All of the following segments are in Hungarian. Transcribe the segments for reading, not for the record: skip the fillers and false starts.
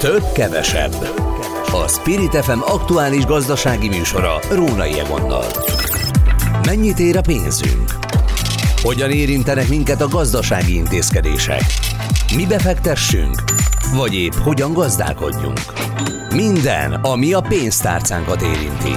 Több kevesebb. A Spirit FM aktuális gazdasági műsora Rónai Egonnal. Mennyit ér a pénzünk? Hogyan érintenek minket a gazdasági intézkedések? Mibe fektessünk? Vagy épp hogyan gazdálkodjunk? Minden, ami a pénztárcánkat érinti.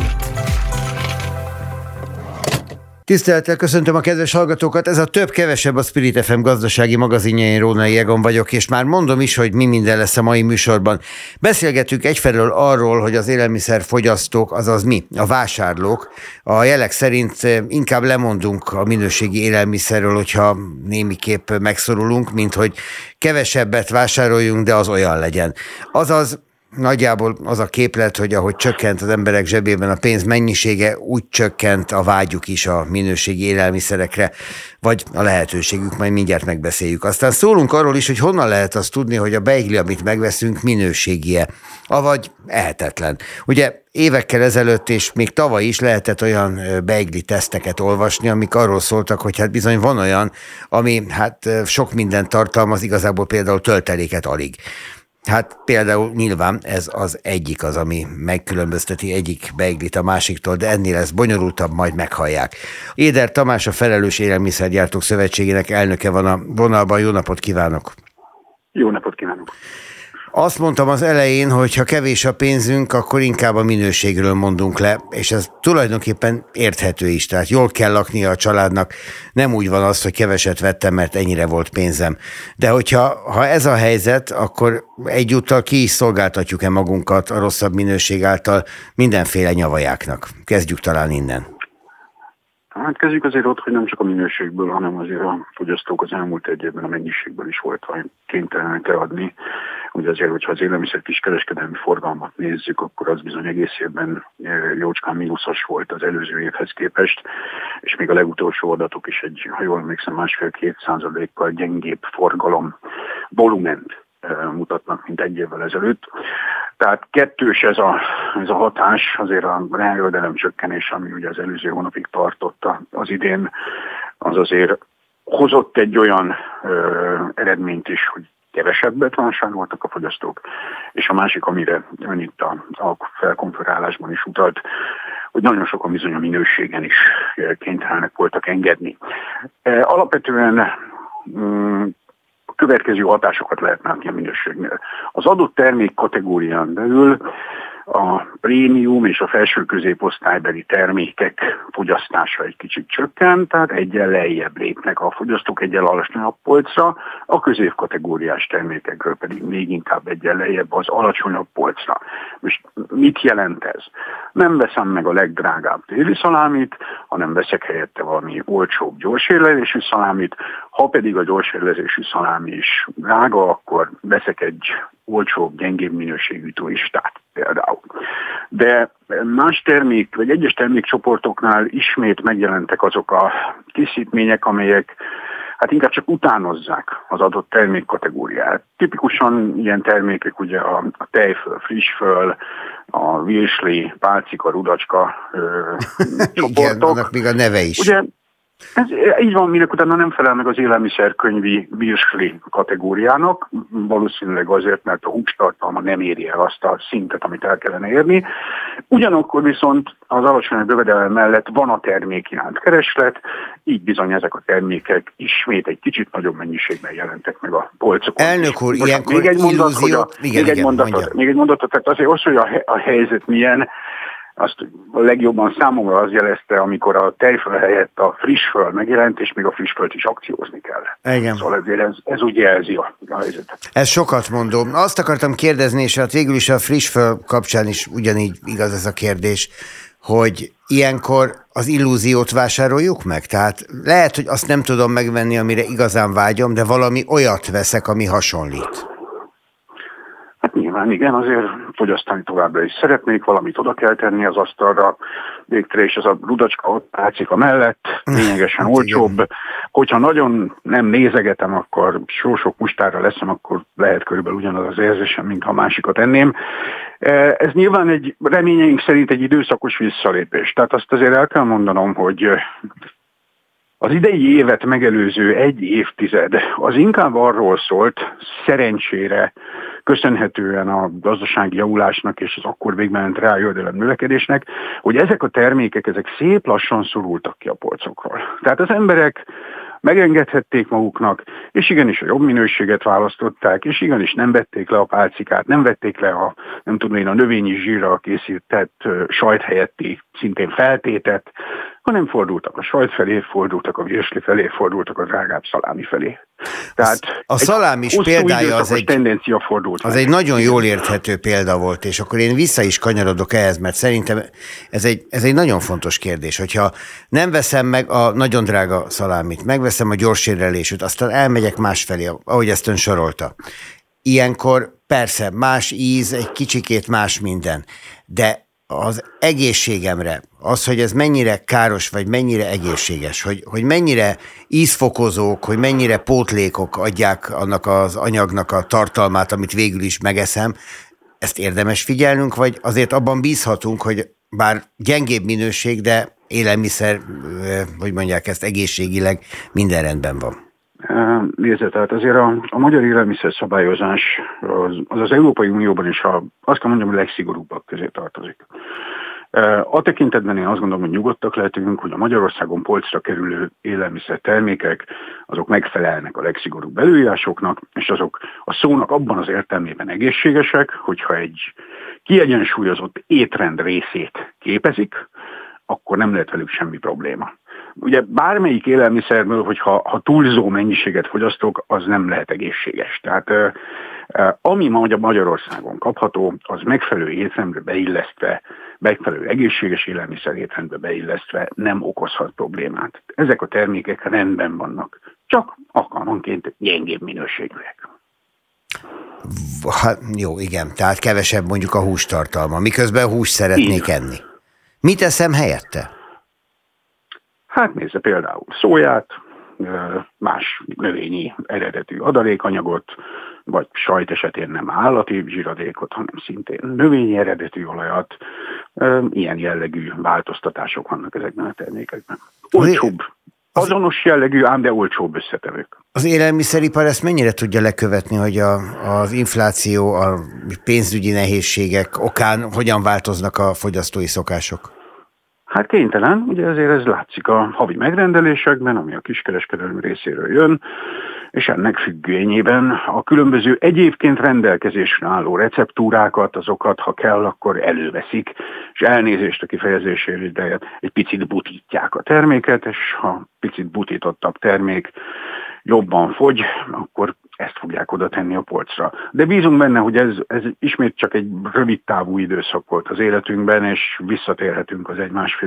Tisztelettel köszöntöm a kedves hallgatókat, ez a Több-kevesebb a Spirit FM gazdasági magazinja, én Rónai Egon vagyok, és már mondom is, hogy mi minden lesz a mai műsorban. Beszélgetünk egyfelől arról, hogy az élelmiszerfogyasztók, azaz mi, a vásárlók, a jelek szerint inkább lemondunk a minőségi élelmiszerről, hogyha némiképp megszorulunk, mint hogy kevesebbet vásároljunk, de az olyan legyen. Azaz, nagyjából az a képlet, hogy ahogy csökkent az emberek zsebében a pénz mennyisége, úgy csökkent a vágyuk is a minőségi élelmiszerekre, vagy a lehetőségük, majd mindjárt megbeszéljük. Aztán szólunk arról is, hogy honnan lehet azt tudni, hogy a beigli, amit megveszünk, minőségie, avagy ehetetlen. Ugye évekkel ezelőtt, és még tavaly is lehetett olyan beigli teszteket olvasni, amik arról szóltak, hogy hát bizony van olyan, ami hát sok mindent tartalmaz, igazából például tölteléket alig. Hát például nyilván ez az egyik az, ami megkülönbözteti egyik beiglit a másiktól, de ennél ez bonyolultabb, majd meghallják. Éder Tamás, a Felelős Élelmiszergyártók Szövetségének elnöke van a vonalban. Jó napot kívánok! Jó napot kívánok! Azt mondtam az elején, hogy ha kevés a pénzünk, akkor inkább a minőségről mondunk le, és ez tulajdonképpen érthető is, tehát jól kell laknia a családnak, nem úgy van az, hogy keveset vettem, mert ennyire volt pénzem. De ha ez a helyzet, akkor egyúttal ki is szolgáltatjuk-e magunkat a rosszabb minőség által mindenféle nyavajáknak? Kezdjük talán innen. Hát kezdjük azért ott, hogy nem csak a minőségből, hanem azért a fogyasztók az elmúlt egy évben a mennyiségből is volt kénytelenek eladni. Ugye azért, hogyha az élelmiszer kiskereskedelmi forgalmat nézzük, akkor az bizony egész évben jócskán mínuszos volt az előző évhez képest, és még a legutolsó adatok is ha jól emlékszem, 1,5-2%-kal gyengébb forgalom volument mutatnak, mint egy évvel ezelőtt. Tehát kettős ez a hatás, azért a reáljövedelem csökkenés, ami ugye az előző hónapig tartotta az idén, az azért hozott egy olyan eredményt is, hogy kevesebbet vásároltak a fogyasztók, és a másik, amire ön itt a felkonferálásban is utalt, hogy nagyon sokan bizony a minőségen is kénytelenek voltak engedni. Alapvetően következő hatásokat lehet látni a minőségnél. Az adott termék kategórián belül a prémium és a felső középosztálybeli termékek fogyasztása egy kicsit csökkent, tehát egyen lejjebb lépnek a fogyasztók, egyen alacsonyabb polcra, a középkategóriás termékekről pedig még inkább egyen lejjebb az alacsonyabb polcra. Most mit jelent ez? Nem veszem meg a legdrágább téli szalámit, hanem veszek helyette valami olcsóbb gyorsérlezésű szalámit, ha pedig a gyorsérlezésű szalámi is drága, akkor veszek egy olcsóbb, gyengébb minőségű turistát például. De más termék, vagy egyes termékcsoportoknál ismét megjelentek azok a készítmények, amelyek hát inkább csak utánozzák az adott termékkategóriát. Tipikusan ilyen termékek ugye a tejföl, frissföl, a virsli, pálcika, rudacska csoportok. Igen, annak még a neve is. Ugye, ez így van, minek utána nem felel meg az élelmiszerkönyvi virsli kategóriának, valószínűleg azért, mert a hústartalma nem éri el azt a szintet, amit el kellene érni. Ugyanakkor viszont az alacsonyabb jövedelem mellett van a termék iránt kereslet, így bizony ezek a termékek ismét egy kicsit nagyobb mennyiségben jelentek meg a polcokon. Elnök úr, ilyenkor még egy mondatot, tehát azért az, hogy a helyzet milyen, azt a legjobban számomra az jelezte, amikor a tejföl helyett a frissföl megjelent, és még a frissfölt is akciózni kell. Igen. Szóval ez úgy jelzi a helyzetet. Ez sokat mondom. Azt akartam kérdezni, és hát végül is a frissföl kapcsán is ugyanígy igaz ez a kérdés, hogy ilyenkor az illúziót vásároljuk meg? Tehát lehet, hogy azt nem tudom megvenni, amire igazán vágyom, de valami olyat veszek, ami hasonlít. Hát nyilván igen, azért fogyasztani továbbra is szeretnék, valamit oda kell tenni az asztalra, végtére is az a rudacska ott látszik a mellett, lényegesen olcsóbb. Hogyha nagyon nem nézegetem, akkor sok mustárra leszem, akkor lehet körülbelül ugyanaz az érzésem, mint ha másikat enném. Ez nyilván reményeink szerint egy időszakos visszalépés. Tehát azt azért el kell mondanom, hogy az idei évet megelőző egy évtized az inkább arról szólt, szerencsére köszönhetően a gazdasági javulásnak és az akkor végben reáljövedelem növekedésnek, hogy ezek a termékek, ezek szép lassan szorultak ki a polcokról. Tehát az emberek megengedhették maguknak, és igenis a jobb minőséget választották, és igenis nem vették le a pálcikát, nem vették le a növényi zsírral készített sajt helyetti szintén feltétet, hanem fordultak a sajt felé, fordultak a virsli felé, fordultak a drágább szalámi felé. Tehát a szalámis példája az egy nagyon jól érthető példa volt, és akkor én vissza is kanyarodok ehhez, mert szerintem ez egy nagyon fontos kérdés, hogyha nem veszem meg a nagyon drága szalámit, megveszem a gyorsérrelésűt, aztán elmegyek másfelé, ahogy ezt ön sorolta. Ilyenkor persze más íz, egy kicsikét más minden, de az egészségemre, az, hogy ez mennyire káros, vagy mennyire egészséges, hogy mennyire ízfokozók, hogy mennyire pótlékok adják annak az anyagnak a tartalmát, amit végül is megeszem, ezt érdemes figyelnünk, vagy azért abban bízhatunk, hogy bár gyengébb minőség, de élelmiszer, hogy mondják ezt, egészségileg minden rendben van. Nézze, tehát azért a magyar élelmiszerszabályozás az Európai Unióban is azt kell mondjam, hogy legszigorúbbak közé tartozik. A tekintetben én azt gondolom, hogy nyugodtak lehetünk, hogy a Magyarországon polcra kerülő élelmiszer termékek, azok megfelelnek a legszigorúbb előírásoknak, és azok a szónak abban az értelmében egészségesek, hogyha egy kiegyensúlyozott étrend részét képezik, akkor nem lehet velük semmi probléma. Ugye bármelyik élelmiszerből, hogyha túlzó mennyiséget fogyasztok, az nem lehet egészséges. Tehát ami Magyarországon kapható, az megfelelő étrendbe beillesztve, megfelelő egészséges élelmiszer étrendbe beillesztve nem okozhat problémát. Ezek a termékek rendben vannak, csak alkalmanként gyengébb minőségűek. Hát, jó, igen, tehát kevesebb mondjuk a hústartalma, miközben húst szeretnék enni. Mit eszem helyette? Hát nézze például szóját, más növényi eredetű adalékanyagot, vagy sajt esetén nem állati zsíradékot, hanem szintén növényi eredetű olajat. Ilyen jellegű változtatások vannak ezekben a termékekben. Olcsóbb, azonos jellegű, ám de olcsóbb összetevők. Az élelmiszeripar ezt mennyire tudja lekövetni, hogy az infláció, a pénzügyi nehézségek okán hogyan változnak a fogyasztói szokások? Hát kénytelen, ugye ezért ez látszik a havi megrendelésekben, ami a kiskereskedelmi részéről jön, és ennek függvényében a különböző egyébként rendelkezésre álló receptúrákat, azokat, ha kell, akkor előveszik, és elnézést a kifejezésért, de egy picit butítják a terméket, és ha picit butítottabb termék jobban fogy, akkor ezt fogják oda tenni a polcra. De bízunk benne, hogy ez ismét csak egy rövid távú időszak volt az életünkben, és visszatérhetünk az egy-másfél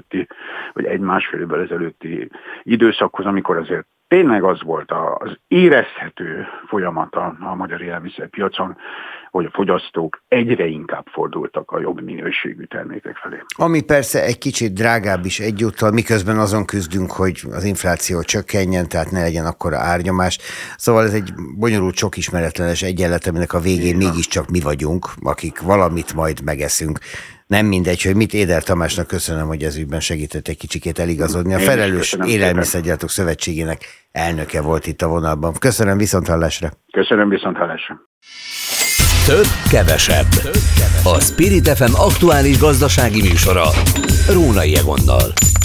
évvel ezelőtti időszakhoz, amikor azért tényleg az volt az érezhető folyamata a magyar élelmiszerpiacon, hogy a fogyasztók egyre inkább fordultak a jobb minőségű termékek felé. Ami persze egy kicsit drágább is egyúttal, miközben azon küzdünk, hogy az infláció csökkenjen, tehát ne legyen akkora árnyomás. Szóval ez egy bonyolult, sok ismeretlenes egyenlet, aminek a végén mégiscsak mi vagyunk, akik valamit majd megeszünk. Nem mindegy, hogy mit. Éder Tamásnak köszönöm, hogy ez ügyben segített egy kicsikét eligazodni. A Felelős Élelmiszergyártók Szövetségének elnöke volt itt a vonalban. Köszönöm, viszonthallásra. Köszönöm, viszonthallásra. Több, kevesebb. A Spirit FM aktuális gazdasági műsora Rónai Egonnal.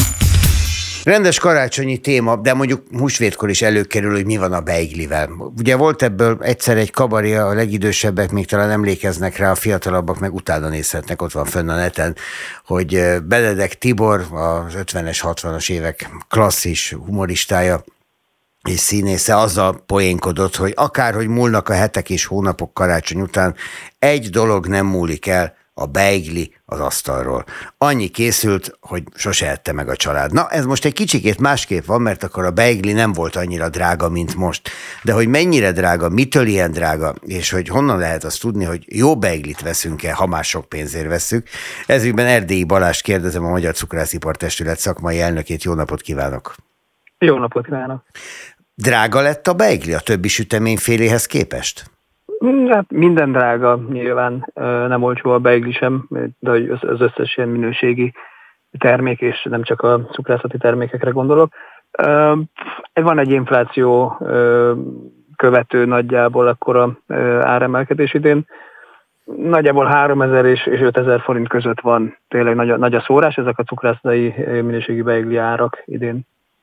Rendes karácsonyi téma, de mondjuk húsvétkor is előkerül, hogy mi van a beiglivel. Ugye volt ebből egyszer egy kabaré, a legidősebbek még talán emlékeznek rá, a fiatalabbak meg utána nézhetnek, ott van fönn a neten, hogy Benedek Tibor, az 50-es, 60-as évek klasszis humoristája és színésze azzal poénkodott, hogy akárhogy múlnak a hetek és hónapok karácsony után, egy dolog nem múlik el, a beigli az asztalról. Annyi készült, hogy sose ette meg a család. Na, ez most egy kicsikét másképp van, mert akkor a beigli nem volt annyira drága, mint most. De hogy mennyire drága, mitől ilyen drága, és hogy honnan lehet azt tudni, hogy jó beiglit veszünk-e, ha már sok pénzért vesszük. Ezügyben Erdélyi Balást kérdezem, a Magyar Cukrászipar Testület szakmai elnökét. Jó napot kívánok! Jó napot kívánok! Drága lett a beigli a többi süteményféléhez képest? Hát minden drága, nyilván nem olcsó a beigli sem, de az összes ilyen minőségi termék, és nem csak a cukrászati termékekre gondolok. Van egy infláció követő nagyjából akkora áremelkedés idén. Nagyjából 3000 és 5000 forint között van tényleg nagy a szórás, ezek a cukrászati minőségi beigli árak idén.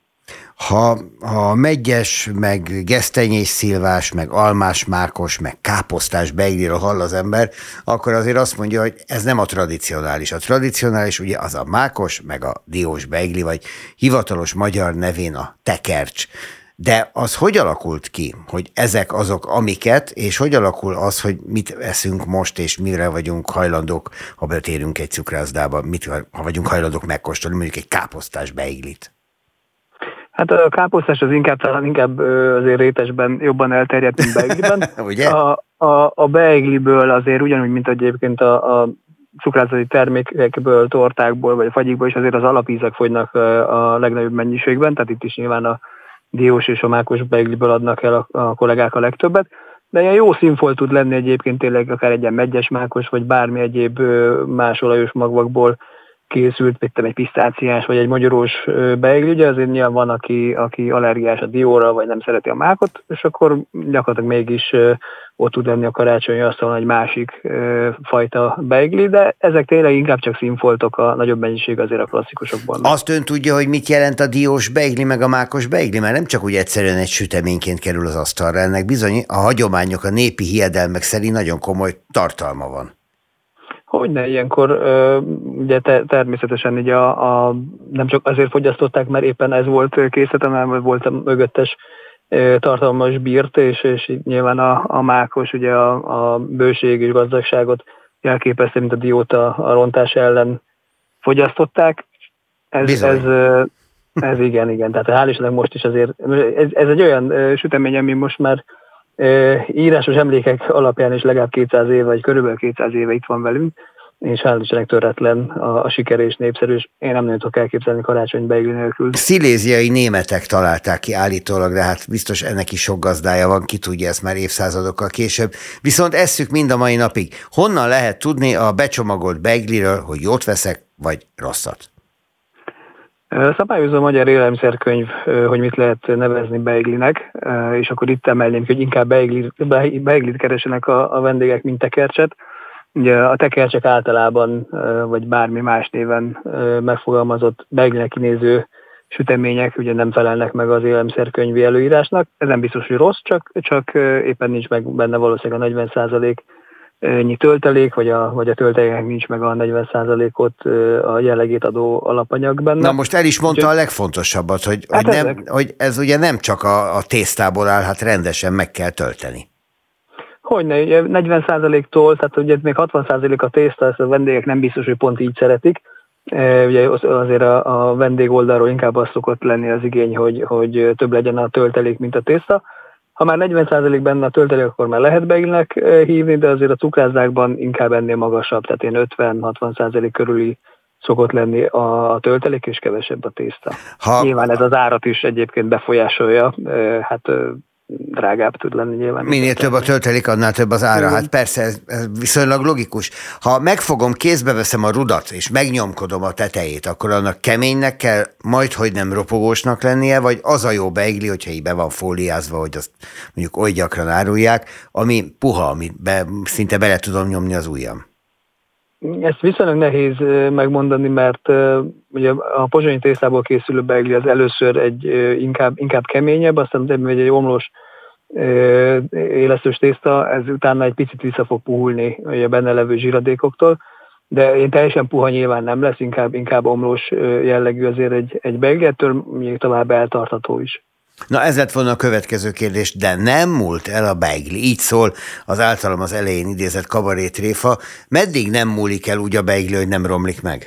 Ha meggyes, meg gesztenyés szilvás, meg almás mákos, meg káposztás beigliről hall az ember, akkor azért azt mondja, hogy ez nem a tradicionális. A tradicionális ugye az a mákos, meg a diós beigli, vagy hivatalos magyar nevén a tekercs. De az hogy alakult ki, hogy ezek azok amiket, és hogy alakul az, hogy mit eszünk most, és mire vagyunk hajlandók, ha betérünk egy cukrászdába, ha vagyunk hajlandók megkóstolni, mondjuk egy káposztás beiglit? Hát a káposztás az inkább azért rétesben jobban elterjedt, mint beigliben. Ugye? A beigliből azért ugyanúgy, mint egyébként a cukrászati termékekből, tortákból vagy fagyikból is azért az alapízek fogynak a legnagyobb mennyiségben, tehát itt is nyilván a diós és a mákos beigliből adnak el a kollégák a legtöbbet, de ilyen jó színfolt tud lenni egyébként tényleg akár egy ilyen meggyes mákos, vagy bármi egyéb más olajos magvakból készült, egy pisztáciás, vagy egy magyarós beigli, ugye azért nyilván van, aki allergiás a dióra, vagy nem szereti a mákot, és akkor gyakorlatilag mégis ott tud lenni a karácsonyi asztalon egy másik fajta beigli, de ezek tényleg inkább csak színfoltok, a nagyobb mennyiség azért a klasszikusokban. Azt ön tudja, hogy mit jelent a diós beigli, meg a mákos beigli, mert nem csak úgy egyszerűen egy süteményként kerül az asztalra, ennek bizony a hagyományok, a népi hiedelmek szerint nagyon komoly tartalma van. Hogyne, ilyenkor ugye természetesen így nem csak azért fogyasztották, mert éppen ez volt készleten, hanem volt a mögöttes tartalmas bírt, és nyilván a mákos, ugye a bőség és gazdagságot jelképezte, mint a dióta a rontás ellen fogyasztották. Ez igen. Tehát hál' Istennek most is azért, ez egy olyan sütemény, ami most már írásos emlékek alapján is legalább 200 éve, vagy körülbelül 200 éve itt van velünk, és hál' Istennek töretlen a siker és népszerű, és én nem tudok elképzelni karácsony beigli nélkül. Sziléziai németek találták ki állítólag, de hát biztos ennek is sok gazdája van, ki tudja ezt már évszázadokkal később. Viszont esszük mind a mai napig. Honnan lehet tudni a becsomagolt beigliről, hogy jót veszek, vagy rosszat? Szabályozó a magyar élelmiszerkönyv, hogy mit lehet nevezni beiglinek, és akkor itt emelném, hogy inkább beiglit keresenek a vendégek, mint tekercset. Ugye a tekercsek általában, vagy bármi más néven megfogalmazott beiglinek kinéző sütemények ugye nem felelnek meg az élelmiszerkönyvi előírásnak. Ez nem biztos, hogy rossz, csak éppen nincs meg benne valószínűleg a 40%-nyi töltelék, vagy a tölteléknek nincs meg a 40%-ot a jellegét adó alapanyag benne. Na most el is mondta a legfontosabbat, hogy ez ugye nem csak a tésztából áll, hát rendesen meg kell tölteni. Hogyne, 40%-tól, tehát ugye még 60% a tészta, ezt a vendégek nem biztos, hogy pont így szeretik. Ugye azért a vendég oldalról inkább az szokott lenni az igény, hogy több legyen a töltelék, mint a tészta. Ha már 40% benne a töltelék, akkor már lehet beiglinek hívni, de azért a cukrászdákban inkább ennél magasabb, tehát én 50-60% körüli szokott lenni a töltelék, és kevesebb a tészta. Nyilván ez az árat is egyébként befolyásolja, hát drágább tud lenni nyilván. Minél több a töltelék, annál több az ára. Hát persze, ez viszonylag logikus. Ha megfogom, kézbe veszem a rudat, és megnyomkodom a tetejét, akkor annak keménynek kell, majdhogy nem ropogósnak lennie, vagy az a jó beigli, hogyha így be van fóliázva, hogy azt mondjuk oly gyakran árulják, ami puha, amit szinte bele tudom nyomni az ujjam. Ezt viszonylag nehéz megmondani, mert ugye a pozsonyi tésztából készülő beigli az először inkább keményebb, aztán egy omlós élesztős tészta, ez utána egy picit vissza fog puhulni a benne levő zsíradékoktól, de én teljesen puha nyilván nem lesz, inkább omlós jellegű azért egy beigli, ettől még tovább eltartható is. Na ez lett volna a következő kérdés, de nem múlt el a beigli. Így szól az általam az elején idézett kabarétréfa. Meddig nem múlik el úgy a beigli, hogy nem romlik meg?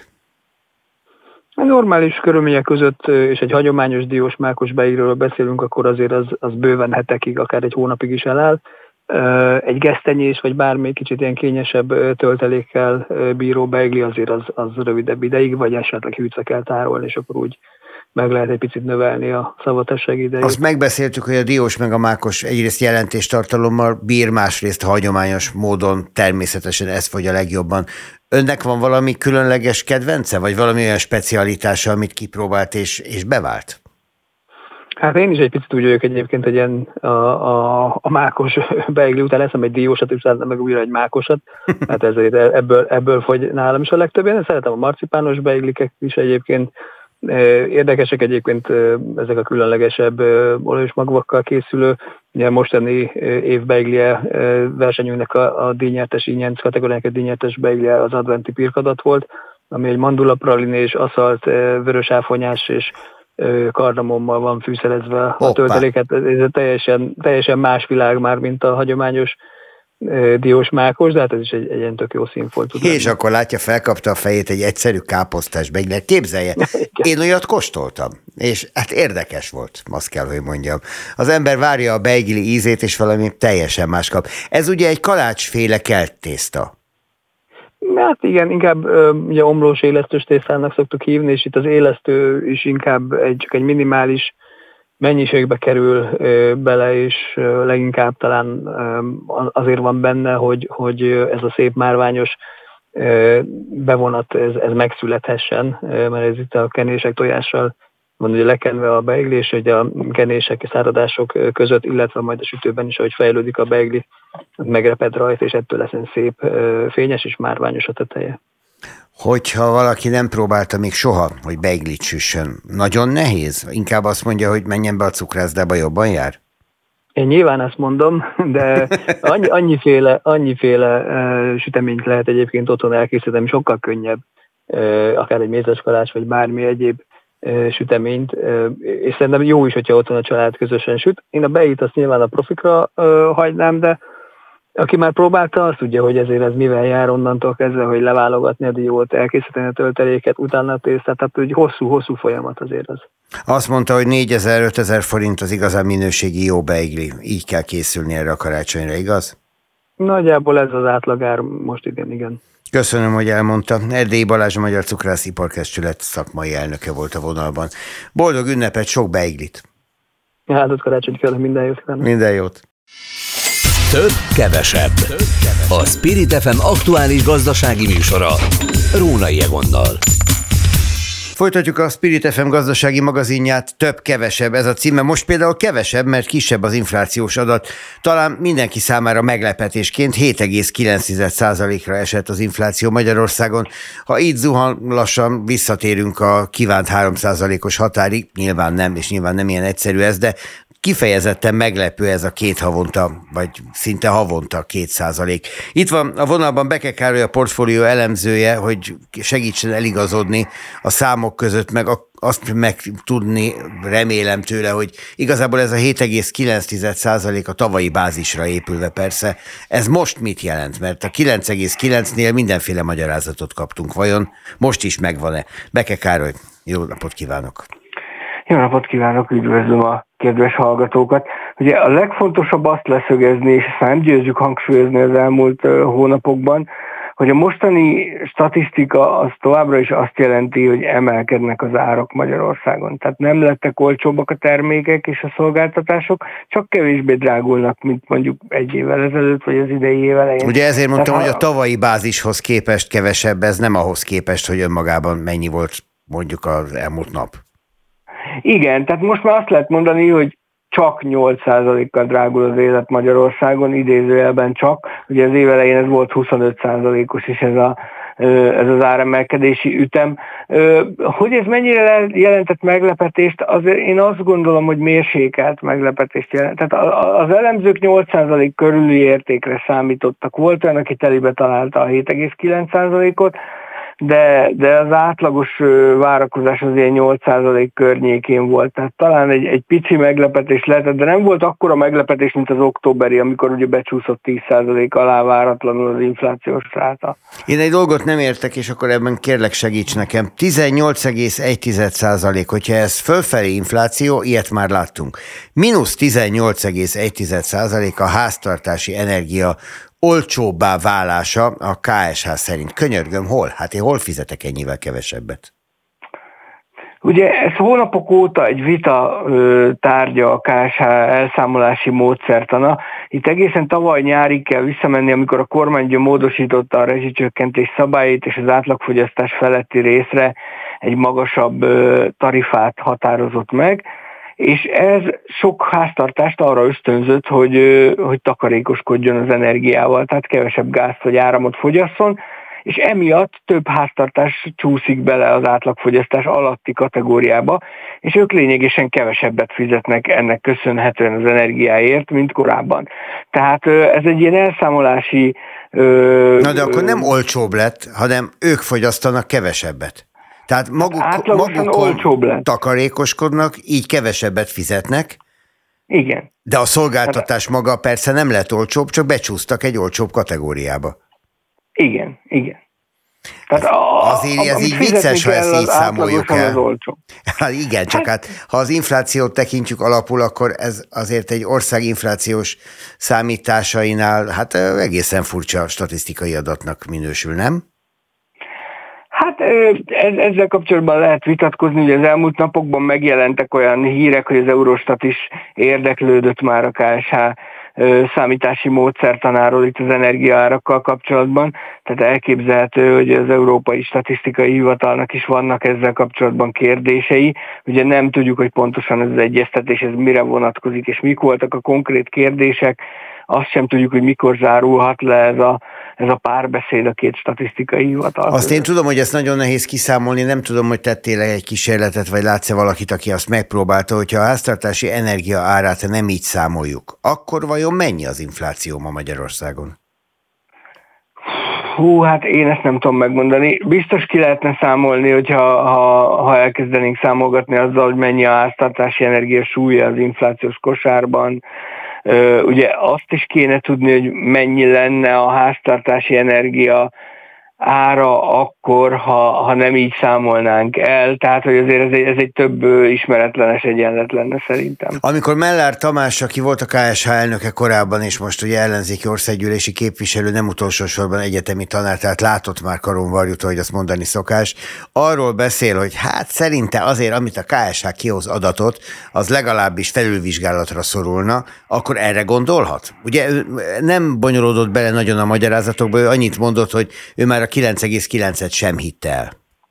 A normális körülmények között, és egy hagyományos diós mákos beigliről beszélünk, akkor azért az bőven hetekig, akár egy hónapig is eláll. Egy gesztenyés, vagy bármi kicsit ilyen kényesebb töltelékkel bíró beigli azért az rövidebb ideig, vagy esetleg hűtve kell tárolni, és akkor úgy meg lehet egy picit növelni a szavatosság idejét. Azt megbeszéltük, hogy a diós meg a mákos egyrészt jelentéstartalommal bír, másrészt hagyományos módon természetesen ez fogy a legjobban. Önnek van valami különleges kedvence, vagy valami olyan specialitása, amit kipróbált és bevált? Hát én is egy picit úgy vagyok egyébként, hogy ilyen a mákos beigli után eszem egy diósat, és utána meg újra egy mákosat, hát ezért ebből fogy nálam is a legtöbb. Én szeretem a marcipános beigliket is egyébként. Érdekesek egyébként ezek a különlegesebb olajos magvakkal készülő. Ugye mostani év beiglie versenyünknek a díjnyertes, Ínyenc kategóriának a díjnyertes beiglie az adventi pirkadat volt, ami egy mandula pralin és aszalt vörösáfonyás és kardamommal van fűszerezve a tölteléket. Ez teljesen más világ már, mint a hagyományos diós mákos, de hát ez is egy ilyen tök jó színfolt. És akkor látja, felkapta a fejét egy egyszerű káposztás beigli. Képzelje, én olyat kóstoltam, és hát érdekes volt, azt kell, hogy mondjam. Az ember várja a beigli ízét, és valami teljesen más kap. Ez ugye egy kalácsféle kelt tészta. Hát igen, inkább ugye omlós élesztős tésztának szoktuk hívni, és itt az élesztő is inkább csak egy minimális mennyiségbe kerül bele, és leginkább talán azért van benne, hogy ez a szép márványos bevonat ez megszülethessen, mert ez itt a kenések tojással van ugye lekenve a beigli, és hogy a kenések és száradások között, illetve majd a sütőben is, ahogy fejlődik a beigli, megreped rajta, és ettől lesz egy szép, fényes és márványos a teteje. Hogyha valaki nem próbálta még soha, hogy beiglit süssön, nagyon nehéz? Inkább azt mondja, hogy menjen be a cukrászdába, jobban jár? Én nyilván ezt mondom, de annyiféle süteményt lehet egyébként otthon elkészíteni, sokkal könnyebb, akár egy mézeskalács, vagy bármi egyéb süteményt, és szerintem jó is, hogyha otthon a család közösen süt. Én a beiglit azt nyilván a profikra hagynám, de aki már próbálta, azt tudja, hogy ezért ez mivel jár onnantól kezdve, hogy leválogatni a diót, elkészíteni a tölteléket, utána a tésztát, tehát egy hosszú folyamat azért az. Azt mondta, hogy 4000-5000 forint az igazán minőségi jó beigli. Így kell készülni erre a karácsonyra, igaz? Nagyjából ez az átlagár most igen. Köszönöm, hogy elmondta. Erdélyi Balázs, a Magyar Cukrászipartestület szakmai elnöke volt a vonalban. Boldog ünnepet, sok beiglit! Áldott karácsony, minden jót! Minden jót! Több, kevesebb. A Spirit FM aktuális gazdasági műsora Rónai Egonnal. Folytatjuk a Spirit FM gazdasági magazinját, több-kevesebb ez a címe. Most például kevesebb, mert kisebb az inflációs adat. Talán mindenki számára meglepetésként 7,9%-ra esett az infláció Magyarországon. Ha így zuhan, lassan visszatérünk a kívánt 3%-os határig. Nyilván nem ilyen egyszerű ez, de kifejezetten meglepő ez a két havonta, vagy szinte havonta 2%. Itt van a vonalban Beke Károly, a portfólió elemzője, hogy segítsen eligazodni a számok között, meg azt megtudni, remélem tőle, hogy igazából ez a 7,9% a tavalyi bázisra épülve persze. Ez most mit jelent? Mert a 9,9-nél mindenféle magyarázatot kaptunk. Vajon most is megvan-e? Beke Károly, jó napot kívánok! Jó napot kívánok, üdvözlöm a kedves hallgatókat. Ugye a legfontosabb azt leszögezni, és ezt nem győzzük hangsúlyozni az elmúlt hónapokban, hogy a mostani statisztika az továbbra is azt jelenti, hogy emelkednek az árak Magyarországon. Tehát nem lettek olcsóbbak a termékek és a szolgáltatások, csak kevésbé drágulnak, mint mondjuk egy évvel ezelőtt, vagy az idei év elején. Ugye ezért mondtam, hogy a tavalyi bázishoz képest kevesebb, ez nem ahhoz képest, hogy önmagában mennyi volt mondjuk az elmúlt nap. Igen, tehát most már azt lehet mondani, hogy csak 8%-kal drágul az élet Magyarországon, idézőjelben csak. Ugye az év elején ez volt 25%-os is ez az áremelkedési ütem. Hogy ez mennyire jelentett meglepetést, azért én azt gondolom, hogy mérsékelt meglepetést jelent. Tehát az elemzők 8% körüli értékre számítottak. Volt olyan, aki telibe találta a 7,9%-ot, de az átlagos várakozás az ilyen 8% környékén volt. Tehát talán egy pici meglepetés lehetett, de nem volt akkora meglepetés, mint az októberi, amikor ugye becsúszott 10% alá váratlanul az inflációs ráta. Én egy dolgot nem értek, és akkor ebben kérlek segíts nekem. 18,1%, hogyha ez fölfelé infláció, ilyet már láttunk. Mínusz 18,1% a háztartási energia olcsóbbá válása a KSH szerint. Könyörgöm, hol? Hát én hol fizetek ennyivel kevesebbet? Ugye ez hónapok óta egy vita tárgya a KSH elszámolási módszertana. Itt egészen tavaly nyárig kell visszamenni, amikor a kormány módosította a rezsicsökkentés szabályait, és az átlagfogyasztás feletti részre egy magasabb tarifát határozott meg. és ez sok háztartást arra ösztönzött, hogy takarékoskodjon az energiával, tehát kevesebb gázt vagy áramot fogyasszon, és emiatt több háztartás csúszik bele az átlagfogyasztás alatti kategóriába, és ők lényegesen kevesebbet fizetnek ennek köszönhetően az energiáért, mint korábban. Tehát ez egy ilyen elszámolási... Na de akkor nem olcsóbb lett, hanem ők fogyasztanak kevesebbet. Tehát maguk takarékoskodnak, így kevesebbet fizetnek. Igen. De a szolgáltatás maga persze nem lett olcsóbb, csak becsúsztak egy olcsóbb kategóriába. Igen. Tehát azért ez így vicces, ha ezt így számoljuk el. Hát igen, csak ha az inflációt tekintjük alapul, akkor ez azért egy ország inflációs számításainál egészen furcsa statisztikai adatnak minősül, nem? Hát ezzel kapcsolatban lehet vitatkozni, hogy az elmúlt napokban megjelentek olyan hírek, hogy az Eurostat is érdeklődött már a KSH számítási módszertanáról itt az energiaárakkal kapcsolatban, tehát elképzelhető, hogy az Európai Statisztikai Hivatalnak is vannak ezzel kapcsolatban kérdései. Ugye nem tudjuk, hogy pontosan ez az egyeztetés ez mire vonatkozik, és mik voltak a konkrét kérdések, azt sem tudjuk, hogy mikor zárulhat le ez a párbeszéd a két statisztikai hivatal. Azt én tudom, hogy ezt nagyon nehéz kiszámolni, nem tudom, hogy tettél egy kísérletet, vagy látsz-e valakit, aki azt megpróbálta, hogyha a háztartási energia árát nem így számoljuk, akkor vajon mennyi az infláció ma Magyarországon? Hát én ezt nem tudom megmondani. Biztos ki lehetne számolni, hogyha elkezdenénk számolgatni azzal, hogy mennyi a háztartási energia súlya az inflációs kosárban. Ugye azt is kéne tudni, hogy mennyi lenne a háztartási energia ára akkor, ha nem így számolnánk el, tehát hogy azért ez egy több ismeretlenes egyenlet lenne szerintem. Amikor Mellár Tamás, aki volt a KSH elnöke korábban, és most ugye ellenzéki országgyűlési képviselő, nem utolsó sorban egyetemi tanár, tehát látott már karonvarjút, ahogy azt mondani szokás, arról beszél, hogy szerinte azért, amit a KSH kihoz adatot, az legalábbis felülvizsgálatra szorulna, akkor erre gondolhat? Ugye nem bonyolódott bele nagyon a magyarázatokba, ő annyit mondott, hogy ő már a 9,9-et sem hitt el.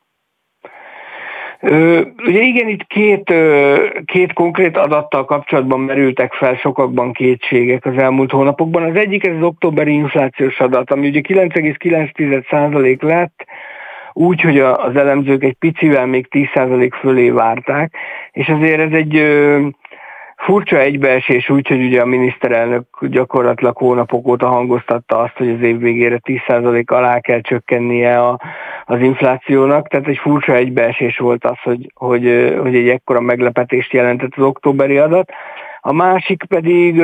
Ugye igen, itt két konkrét adattal kapcsolatban merültek fel sokakban kétségek az elmúlt hónapokban. Az egyik ez az októberi inflációs adat, ami ugye 9,9% lett, úgy, hogy az elemzők egy picivel még 10% fölé várták, és azért ez egy furcsa egybeesés úgy, hogy ugye a miniszterelnök gyakorlatilag hónapok óta hangoztatta azt, hogy az év végére 10% alá kell csökkennie az inflációnak, tehát egy furcsa egybeesés volt az, hogy egy ekkora meglepetést jelentett az októberi adat. A másik pedig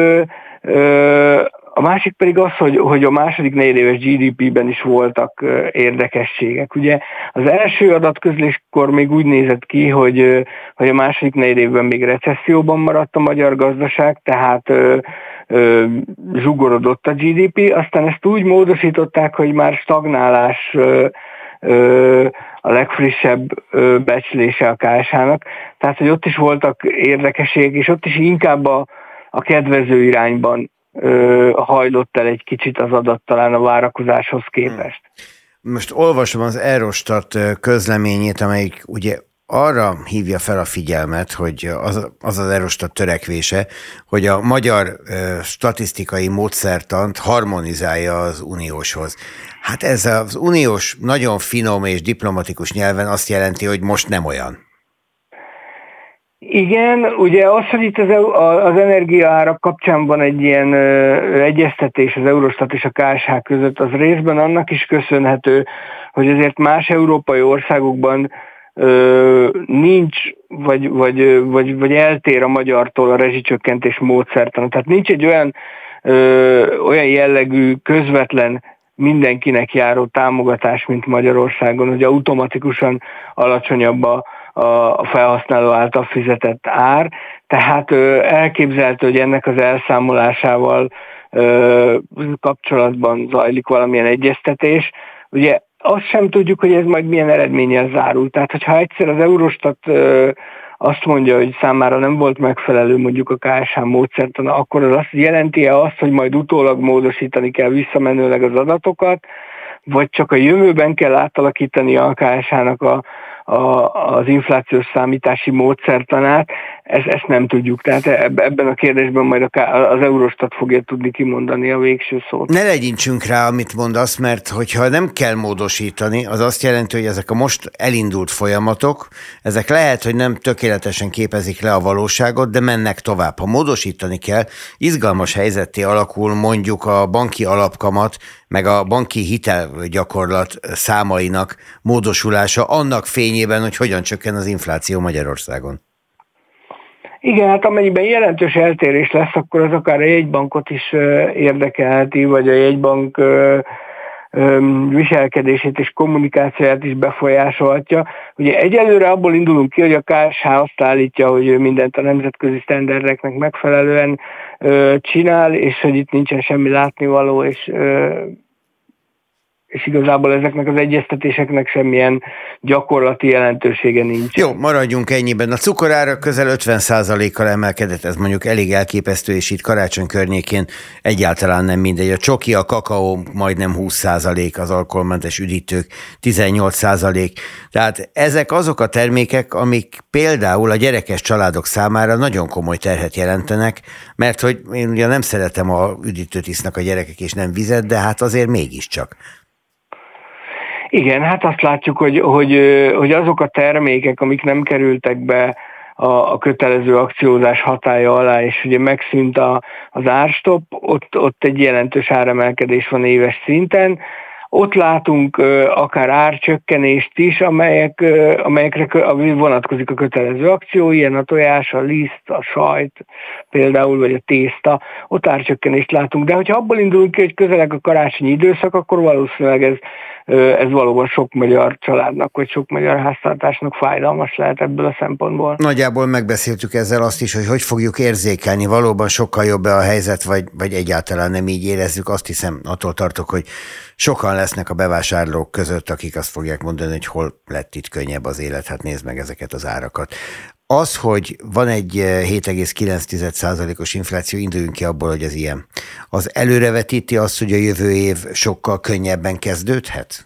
az, hogy a második negyedéves GDP-ben is voltak érdekességek. Ugye az első adatközléskor még úgy nézett ki, hogy a második negyedévben még recesszióban maradt a magyar gazdaság, tehát zsugorodott a GDP, aztán ezt úgy módosították, hogy már stagnálás a legfrissebb becslése a KSH-nak, tehát hogy ott is voltak érdekességek, és ott is inkább a kedvező irányban hajlott el egy kicsit az adat talán a várakozáshoz képest. Most olvasom az Eurostat közleményét, amelyik ugye arra hívja fel a figyelmet, hogy az Eurostat törekvése, hogy a magyar statisztikai módszertant harmonizálja az unióshoz. Hát ez az uniós nagyon finom és diplomatikus nyelven azt jelenti, hogy most nem olyan. Igen, ugye az, hogy itt az energiaárak kapcsán van egy ilyen egyeztetés az Eurostat és a KSH között, az részben annak is köszönhető, hogy azért más európai országokban nincs, vagy eltér a magyartól a rezsicsökkentés módszertana. Tehát nincs egy olyan jellegű közvetlen mindenkinek járó támogatás, mint Magyarországon, hogy automatikusan alacsonyabb a felhasználó által fizetett ár, tehát elképzelhető, hogy ennek az elszámolásával kapcsolatban zajlik valamilyen egyeztetés. Ugye azt sem tudjuk, hogy ez majd milyen eredménnyel zárul. Tehát, hogyha egyszer az Eurostat azt mondja, hogy számára nem volt megfelelő mondjuk a KSH módszertana, akkor az azt jelenti-e azt, hogy majd utólag módosítani kell visszamenőleg az adatokat, vagy csak a jövőben kell átalakítani a KSH-nak az inflációs számítási módszertanát, ezt nem tudjuk. Tehát ebben a kérdésben majd az Eurostat fogja tudni kimondani a végső szót. Ne legyintsünk rá, amit mondasz, mert hogyha nem kell módosítani, az azt jelenti, hogy ezek a most elindult folyamatok, ezek lehet, hogy nem tökéletesen képezik le a valóságot, de mennek tovább. Ha módosítani kell, izgalmas helyzetté alakul mondjuk a banki alapkamat, meg a banki hitelgyakorlat számainak módosulása annak fényében, hogy hogyan csökken az infláció Magyarországon. Igen, hát amennyiben jelentős eltérés lesz, akkor az akár a jegybankot is érdekelheti, vagy a jegybank viselkedését és kommunikációját is befolyásolhatja. Ugye egyelőre abból indulunk ki, hogy a KSH azt állítja, hogy mindent a nemzetközi sztenderdeknek megfelelően csinál, és hogy itt nincsen semmi látnivaló, és igazából ezeknek az egyeztetéseknek semmilyen gyakorlati jelentősége nincs. Jó, maradjunk ennyiben. A cukorára közel 50%-kal emelkedett, ez mondjuk elég elképesztő, és itt karácsony környékén egyáltalán nem mindegy. A csoki, a kakaó majdnem 20%, az alkoholmentes üdítők 18%. Tehát ezek azok a termékek, amik például a gyerekes családok számára nagyon komoly terhet jelentenek, mert hogy én ugye nem szeretem, a üdítőt isznak a gyerekek és nem vizet, de hát azért mégiscsak. Igen, hát azt látjuk, hogy azok a termékek, amik nem kerültek be a kötelező akciózás hatálya alá, és ugye megszűnt az árstopp, ott egy jelentős áremelkedés van éves szinten. Ott látunk akár árcsökkenést is, amelyekre vonatkozik a kötelező akció, ilyen a tojás, a liszt, a sajt például, vagy a tészta, ott árcsökkenést látunk. De hogyha abból indulunk ki, hogy közeleg a karácsonyi időszak, akkor valószínűleg ez valóban sok magyar családnak, vagy sok magyar háztartásnak fájdalmas lehet ebből a szempontból. Nagyjából megbeszéltük ezzel azt is, hogy fogjuk érzékelni, valóban sokkal jobb a helyzet, vagy egyáltalán nem így érezzük. Azt hiszem, attól tartok, hogy sokan lesznek a bevásárlók között, akik azt fogják mondani, hogy hol lett itt könnyebb az élet, hát nézd meg ezeket az árakat. Az, hogy van egy 7,9%-os infláció, induljunk ki abból, hogy ez ilyen. Az előrevetíti azt, hogy a jövő év sokkal könnyebben kezdődhet?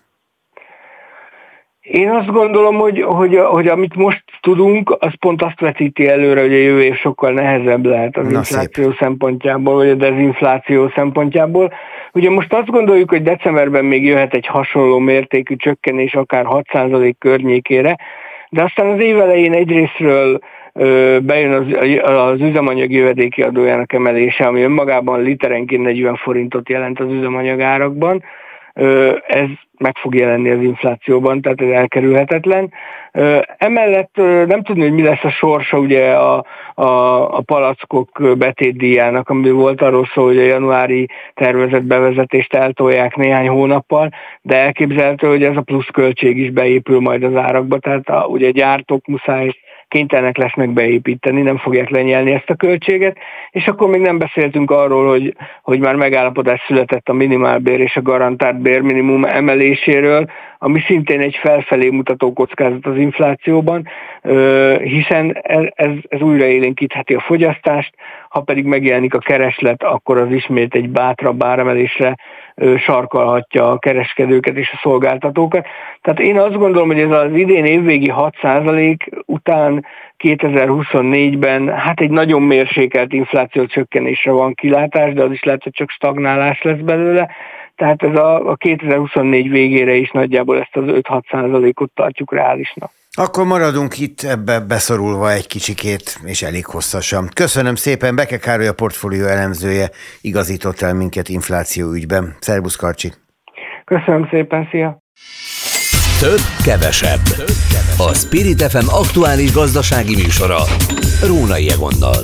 Én azt gondolom, hogy amit most tudunk, az pont azt vetíti előre, hogy a jövő év sokkal nehezebb lehet az infláció szempontjából, vagy a dezinfláció szempontjából. Ugye most azt gondoljuk, hogy decemberben még jöhet egy hasonló mértékű csökkenés, akár 6% környékére, de aztán az év elején egyrésztről bejön az üzemanyag jövedéki adójának emelése, ami önmagában literenként 40 forintot jelent az üzemanyagárakban. Ez meg fog jelenni az inflációban, tehát ez elkerülhetetlen. Emellett nem tudni, hogy mi lesz a sorsa ugye a palackok betétdíjának, ami volt arról szó, hogy a januári tervezett bevezetést eltolják néhány hónappal, de elképzelhető, hogy ez a pluszköltség is beépül majd az árakba, tehát ugye gyártók muszáj kénytelenek lesznek beépíteni, nem fogják lenyelni ezt a költséget, és akkor még nem beszéltünk arról, hogy már megállapodás született a minimálbér és a garantált bérminimum emeléséről, ami szintén egy felfelé mutató kockázat az inflációban, hiszen ez újraélénkítheti a fogyasztást, ha pedig megjelenik a kereslet, akkor az ismét egy bátrabb áremelésre sarkalhatja a kereskedőket és a szolgáltatókat. Tehát én azt gondolom, hogy ez az idén évvégi 6% után 2024-ben hát egy nagyon mérsékelt infláció csökkenésre van kilátás, de az is lehet, hogy csak stagnálás lesz belőle. Tehát ez a 2024 végére is nagyjából ezt az 5-6%-ot tartjuk reálisnak. Akkor maradunk itt ebbe beszorulva egy kicsikét, és elég hosszasan. Köszönöm szépen, Beke Károly, a portfólió elemzője igazított el minket infláció ügyben. Szerbusz, Karcsi! Köszönöm szépen, szia! Több, kevesebb. A Spirit FM aktuális gazdasági műsora Rónai Egonnal.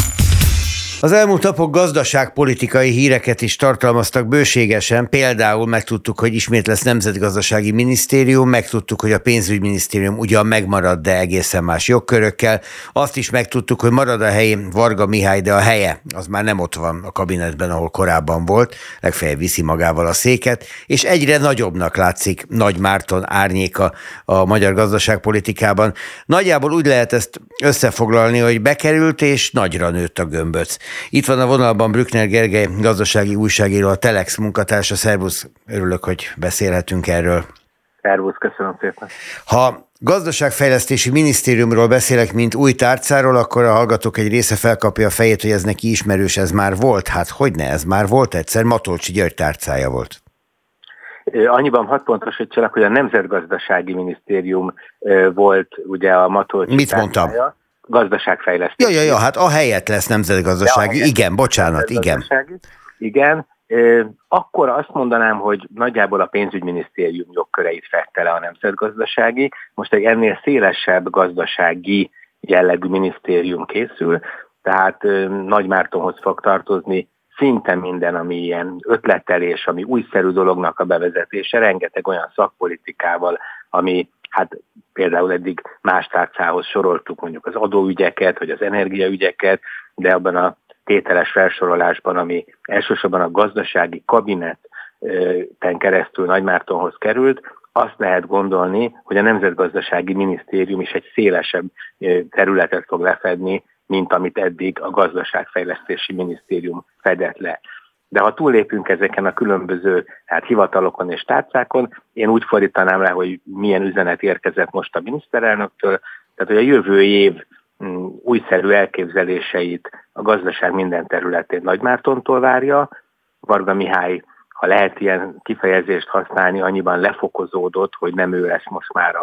Az elmúlt napok gazdaságpolitikai híreket is tartalmaztak bőségesen, például megtudtuk, hogy ismét lesz nemzetgazdasági minisztérium, megtudtuk, hogy a pénzügyminisztérium ugyan megmarad, de egészen más jogkörökkel, azt is megtudtuk, hogy marad a helyén Varga Mihály, de a helye az már nem ott van a kabinetben, ahol korábban volt, legfeljebb viszi magával a széket, és egyre nagyobbnak látszik Nagy Márton árnyéka a magyar gazdaságpolitikában. Nagyjából úgy lehet ezt összefoglalni, hogy bekerült és nagyra nőtt a gömböc. Itt van a vonalban Brückner Gergely, gazdasági újságíró, a Telex munkatársa. Szervusz, örülök, hogy beszélhetünk erről. Szervusz, köszönöm szépen. Ha gazdaságfejlesztési minisztériumról beszélek, mint új tárcáról, akkor a hallgatók egy része felkapja a fejét, hogy ez neki ismerős, ez már volt. Hát hogyne, ez már volt egyszer, Matolcsy György tárcája volt. Annyiban 6 pontosítsanak, hogy a Nemzetgazdasági Minisztérium volt ugye a Matolcsy Mit mondtam? Gazdaságfejlesztés. Ja, hát a helyett lesz nemzetgazdasági. Ja, igen, bocsánat, igen. Akkor azt mondanám, hogy nagyjából a pénzügyminisztérium jogköreit fette le a nemzetgazdasági. Most egy ennél szélesebb gazdasági jellegű minisztérium készül, tehát Nagy Mártonhoz fog tartozni szinte minden, ami ilyen ötletelés, ami újszerű dolognak a bevezetése, rengeteg olyan szakpolitikával, ami hát például eddig más tárcához soroltuk mondjuk az adóügyeket, vagy az energiaügyeket, de abban a tételes felsorolásban, ami elsősorban a gazdasági kabinetten keresztül Nagy Mártonhoz került, azt lehet gondolni, hogy a Nemzetgazdasági Minisztérium is egy szélesebb területet fog lefedni, mint amit eddig a Gazdaságfejlesztési Minisztérium fedett le. De ha túllépünk ezeken a különböző hivatalokon és tárcákon, én úgy fordítanám le, hogy milyen üzenet érkezett most a miniszterelnöktől, tehát hogy a jövő év újszerű elképzeléseit a gazdaság minden területén Nagy Mártontól várja. Varga Mihály, ha lehet ilyen kifejezést használni, annyiban lefokozódott, hogy nem ő lesz most már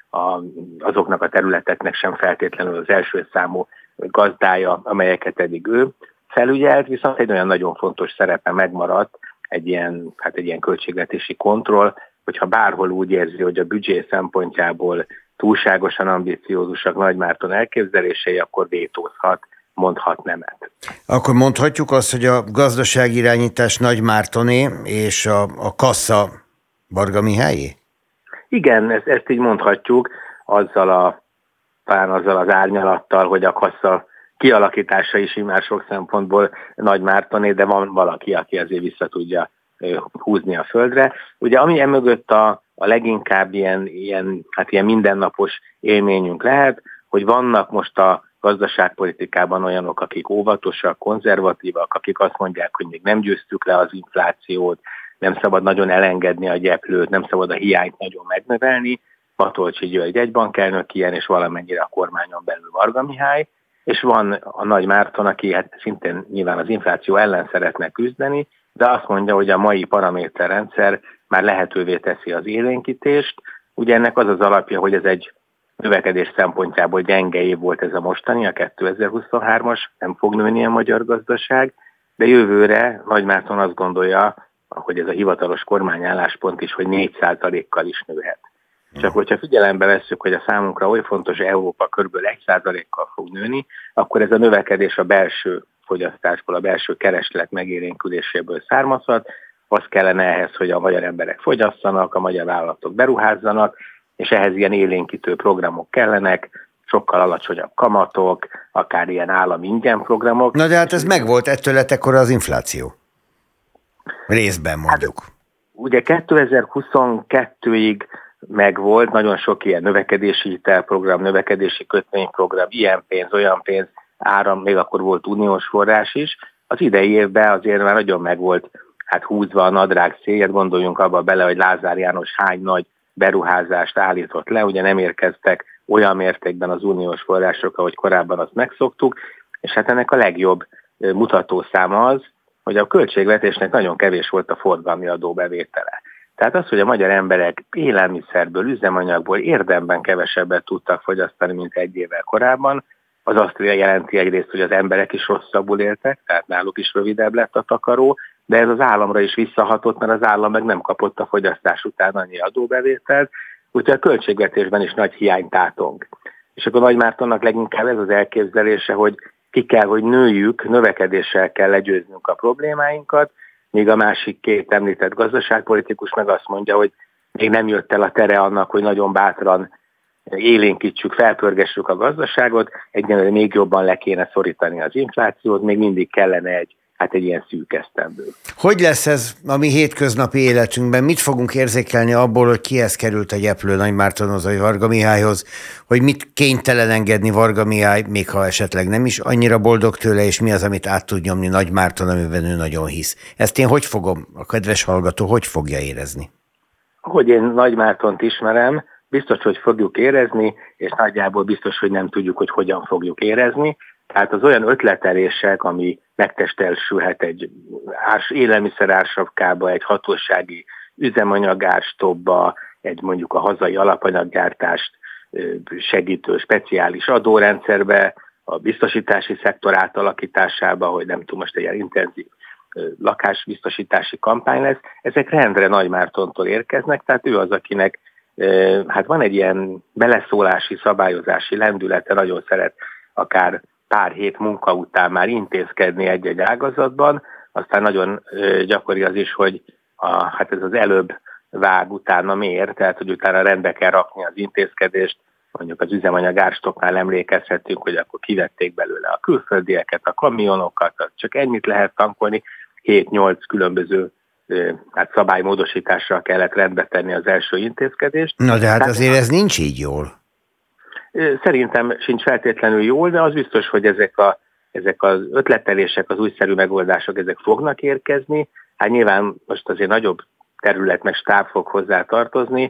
azoknak a területeknek sem feltétlenül az első számú gazdája, amelyeket eddig ő felügyelt, viszont egy olyan nagyon fontos szerepe megmaradt, egy ilyen költségvetési kontroll, hogyha bárhol úgy érzi, hogy a büdzsé szempontjából túlságosan ambiciózusak Nagy Márton elképzelései, akkor vétózhat, mondhat nemet. Akkor mondhatjuk azt, hogy a gazdaságirányítás Nagy Mártoné és a kassa Varga Mihályé? Igen, ezt így mondhatjuk, talán azzal az árnyalattal, hogy a kassa kialakítása is immár sok szempontból Nagy Mártoné, de van valaki, aki azért vissza tudja húzni a földre. Ugye ami emögött a leginkább ilyen mindennapos élményünk lehet, hogy vannak most a gazdaságpolitikában olyanok, akik óvatosak, konzervatívak, akik azt mondják, hogy még nem győztük le az inflációt, nem szabad nagyon elengedni a gyeplőt, nem szabad a hiányt nagyon megnövelni. Matolcsy György jegybankelnök ilyen, és valamennyire a kormányon belül Varga Mihály, és van a Nagy Márton, aki szintén nyilván az infláció ellen szeretne küzdeni, de azt mondja, hogy a mai paraméterrendszer már lehetővé teszi az élénkítést. Ugye ennek az az alapja, hogy ez egy növekedés szempontjából gyenge év volt ez a mostani, a 2023-as, nem fog nőni a magyar gazdaság, de jövőre Nagy Márton azt gondolja, hogy ez a hivatalos kormányálláspont is, hogy 4%-kal is nőhet. Csak hogyha figyelembe vesszük, hogy a számunkra oly fontos, hogy Európa kb. 1%-kal fog nőni, akkor ez a növekedés a belső fogyasztásból, a belső kereslet megélénküléséből származhat. Az kellene ehhez, hogy a magyar emberek fogyasszanak, a magyar vállalatok beruházzanak, és ehhez ilyen élénkítő programok kellenek, sokkal alacsonyabb kamatok, akár ilyen állami ingyen programok. Na de hát ez megvolt, ettől lett ekkora az infláció. Részben mondjuk. Hát, ugye 2022-ig megvolt nagyon sok ilyen növekedési hitelprogram, növekedési kötvényprogram, ilyen pénz, olyan pénz, áram, még akkor volt uniós forrás is. Az idei évben azért már nagyon megvolt húzva a nadrág széljét, gondoljunk abba bele, hogy Lázár János hány nagy beruházást állított le, ugye nem érkeztek olyan mértékben az uniós források, ahogy korábban azt megszoktuk, és ennek a legjobb mutatószáma az, hogy a költségvetésnek nagyon kevés volt a forgalmi adóbevétele. Tehát az, hogy a magyar emberek élelmiszerből, üzemanyagból érdemben kevesebbet tudtak fogyasztani, mint egy évvel korábban, az azt jelenti egyrészt, hogy az emberek is rosszabbul éltek, tehát náluk is rövidebb lett a takaró, de ez az államra is visszahatott, mert az állam meg nem kapott a fogyasztás után annyi adóbevételt, úgyhogy a költségvetésben is nagy hiány tátong. És akkor Nagy Mártonnak leginkább ez az elképzelése, hogy ki kell, hogy nőjük, növekedéssel kell legyőznünk a problémáinkat, míg a másik két említett gazdaságpolitikus meg azt mondja, hogy még nem jött el a tere annak, hogy nagyon bátran élénkítsük, felpörgessük a gazdaságot, egyenlően még jobban le kéne szorítani az inflációt, még mindig kellene egy ilyen szűk esztendő. Hogy lesz ez a mi hétköznapi életünkben? Mit fogunk érzékelni abból, hogy kihez került a gyeplő Nagy Mártonhoz vagy Varga Mihályhoz, hogy mit kénytelen engedni Varga Mihály, még ha esetleg nem is annyira boldog tőle, és mi az, amit át tud nyomni Nagy Márton, amiben ő nagyon hisz. Ezt én hogy fogom, a kedves hallgató, hogy fogja érezni? hogy én Nagy Mártont ismerem, biztos, hogy fogjuk érezni, és nagyjából biztos, hogy nem tudjuk, hogy hogyan fogjuk érezni. Tehát az olyan ötletelések, ami megtestesülhet egy élelmiszerársapkába, egy hatósági üzemanyagárstopba, egy mondjuk a hazai alapanyaggyártást segítő speciális adórendszerbe, a biztosítási szektor átalakításába, hogy nem tudom, most egy ilyen intenzív lakásbiztosítási kampány lesz, ezek rendre Nagy Mártontól érkeznek, tehát ő az, akinek hát van egy ilyen beleszólási, szabályozási lendülete, nagyon szeret akár pár hét munka után már intézkedni egy-egy ágazatban, aztán nagyon gyakori az is, hogy hát ez az előbb vág, utána mér, tehát hogy utána rendbe kell rakni az intézkedést, mondjuk az üzemanyagárstopnál emlékezhetünk, hogy akkor kivették belőle a külföldieket, a kamionokat, csak ennyit lehet tankolni, 7-8 különböző hát szabálymódosításra kellett rendbe tenni az első intézkedést. Na de hát azért ez nincs így jól. Szerintem sincs feltétlenül jól, de az biztos, hogy ezek az ötletelések, az újszerű megoldások, ezek fognak érkezni. Hát nyilván most azért nagyobb terület meg stáb fog hozzá tartozni,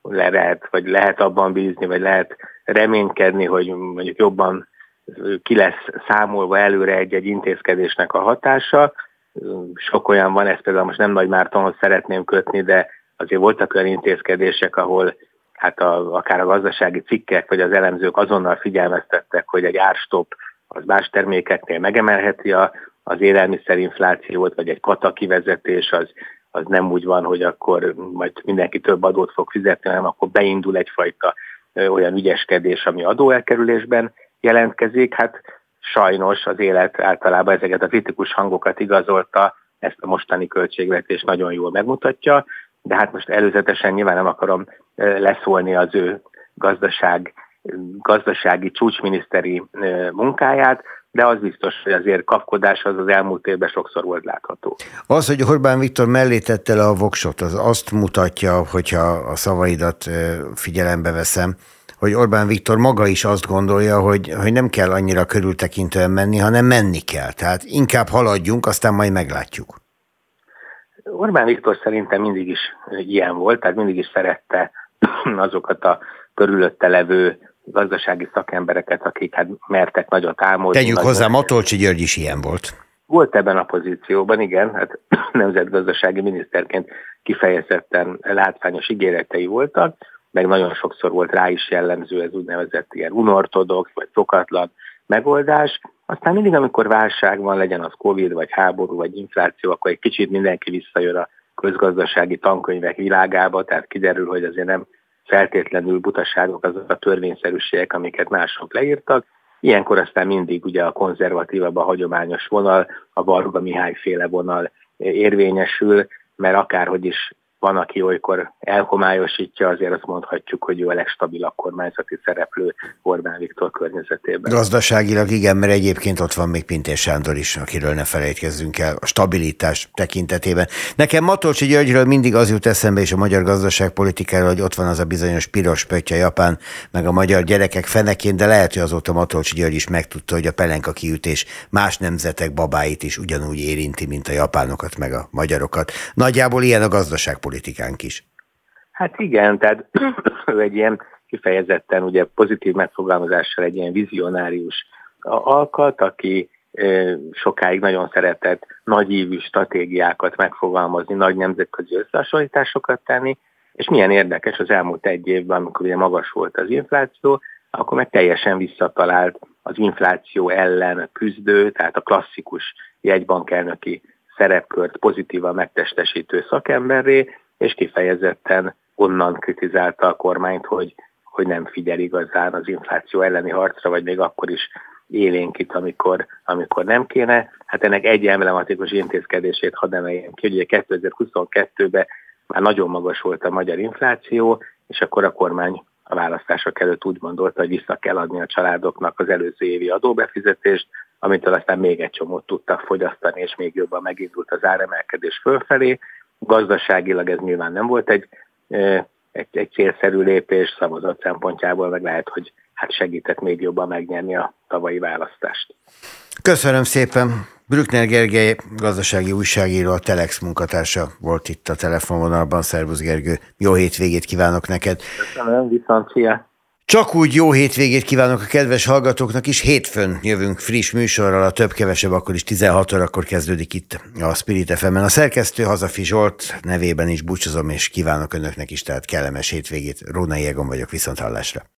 lehet abban bízni, vagy lehet reménykedni, hogy mondjuk jobban ki lesz számolva előre egy-egy intézkedésnek a hatása. Sok olyan van, ezt például most nem Nagy Mártonhoz szeretném kötni, de azért voltak olyan intézkedések, ahol hát akár a gazdasági cikkek vagy az elemzők azonnal figyelmeztettek, hogy egy árstop az más termékeknél megemelheti az élelmiszerinflációt, vagy egy kata kivezetés az nem úgy van, hogy akkor majd mindenki több adót fog fizetni, hanem akkor beindul egyfajta olyan ügyeskedés, ami adóelkerülésben jelentkezik. Hát sajnos az élet általában ezeket a kritikus hangokat igazolta, ezt a mostani költségvetés nagyon jól megmutatja, de hát most előzetesen nyilván nem akarom leszólni az ő gazdasági csúcsminiszteri munkáját, de az biztos, hogy azért kapkodás az elmúlt évben sokszor volt látható. Az, hogy Orbán Viktor mellé tette le a voksot, az azt mutatja, hogyha a szavaidat figyelembe veszem, hogy Orbán Viktor maga is azt gondolja, hogy nem kell annyira körültekintően menni, hanem menni kell. Tehát inkább haladjunk, aztán majd meglátjuk. Orbán Viktor szerintem mindig is ilyen volt, tehát mindig is szerette azokat a körülötte levő gazdasági szakembereket, akik hát mertek nagyot álmodni. Tegyük hozzá, Matolcsy György is ilyen volt. Volt ebben a pozícióban, igen, hát nemzetgazdasági miniszterként kifejezetten látványos ígéretei voltak, meg nagyon sokszor volt rá is jellemző ez úgynevezett ilyen unortodox vagy szokatlan megoldás. Aztán mindig, amikor válság van, legyen az Covid, vagy háború, vagy infláció, akkor egy kicsit mindenki visszajön a közgazdasági tankönyvek világába, tehát kiderül, hogy azért nem feltétlenül butaságok azok a törvényszerűségek, amiket mások leírtak. Ilyenkor aztán mindig ugye a konzervatívabb, a hagyományos vonal, a Varga Mihály féle vonal érvényesül, mert akárhogy is van, aki olykor elhomályosítja, azért azt mondhatjuk, hogy ő a legstabilabb kormányzati szereplő Orbán Viktor környezetében. Gazdaságilag igen, mert egyébként ott van még Pintér Sándor is, akiről ne felejtkezzünk el a stabilitás tekintetében. Nekem Matolcsy Györgyről mindig az jut eszembe, és a magyar gazdaságpolitikáról, hogy ott van az a bizonyos piros pöttye Japán, meg a magyar gyerekek fenekén, de lehet, hogy azóta Matolcsy György is megtudta, hogy a pelenka kiütés más nemzetek babáit is ugyanúgy érinti, mint a japánokat, meg a magyarokat. Nagyjából ilyen a gazdaságpolitikánk is. Hát igen, tehát egy ilyen kifejezetten ugye pozitív megfogalmazással egy ilyen vizionárius alkat, aki sokáig nagyon szeretett nagyívű stratégiákat megfogalmazni, nagy nemzetközi összehasonlításokat tenni, és milyen érdekes az elmúlt egy évben, amikor ugye magas volt az infláció, akkor meg teljesen visszatalált az infláció ellen küzdő, tehát a klasszikus jegybankelnöki szerepkört pozitívan megtestesítő szakemberré, és kifejezetten onnan kritizálta a kormányt, hogy nem figyel igazán az infláció elleni harcra, vagy még akkor is élénkít, amikor nem kéne. Hát ennek egy emblematikus intézkedését hadd emeljem ki, hogy ugye 2022-ben már nagyon magas volt a magyar infláció, és akkor a kormány a választások előtt úgy gondolta, hogy vissza kell adni a családoknak az előző évi adóbefizetést, amitől aztán még egy csomót tudtak fogyasztani, és még jobban megindult az áremelkedés fölfelé. Gazdaságilag ez nyilván nem volt egy célszerű lépés, szavazat szempontjából meg lehet, hogy hát segített még jobban megnyerni a tavalyi választást. Köszönöm szépen. Brückner Gergely, gazdasági újságíró, a Telex munkatársa volt itt a telefonvonalban. Szervusz Gergő, jó hétvégét kívánok neked. Köszönöm, viszont szia. Csak úgy jó hétvégét kívánok a kedves hallgatóknak is. Hétfőn jövünk friss műsorral, a több-kevesebb akkor is 16 órakor kezdődik itt a Spirit FM-en. A szerkesztő Hazafi Zsolt nevében is búcsúzom, és kívánok önöknek is, tehát kellemes hétvégét. Rónai Egon vagyok, viszonthallásra.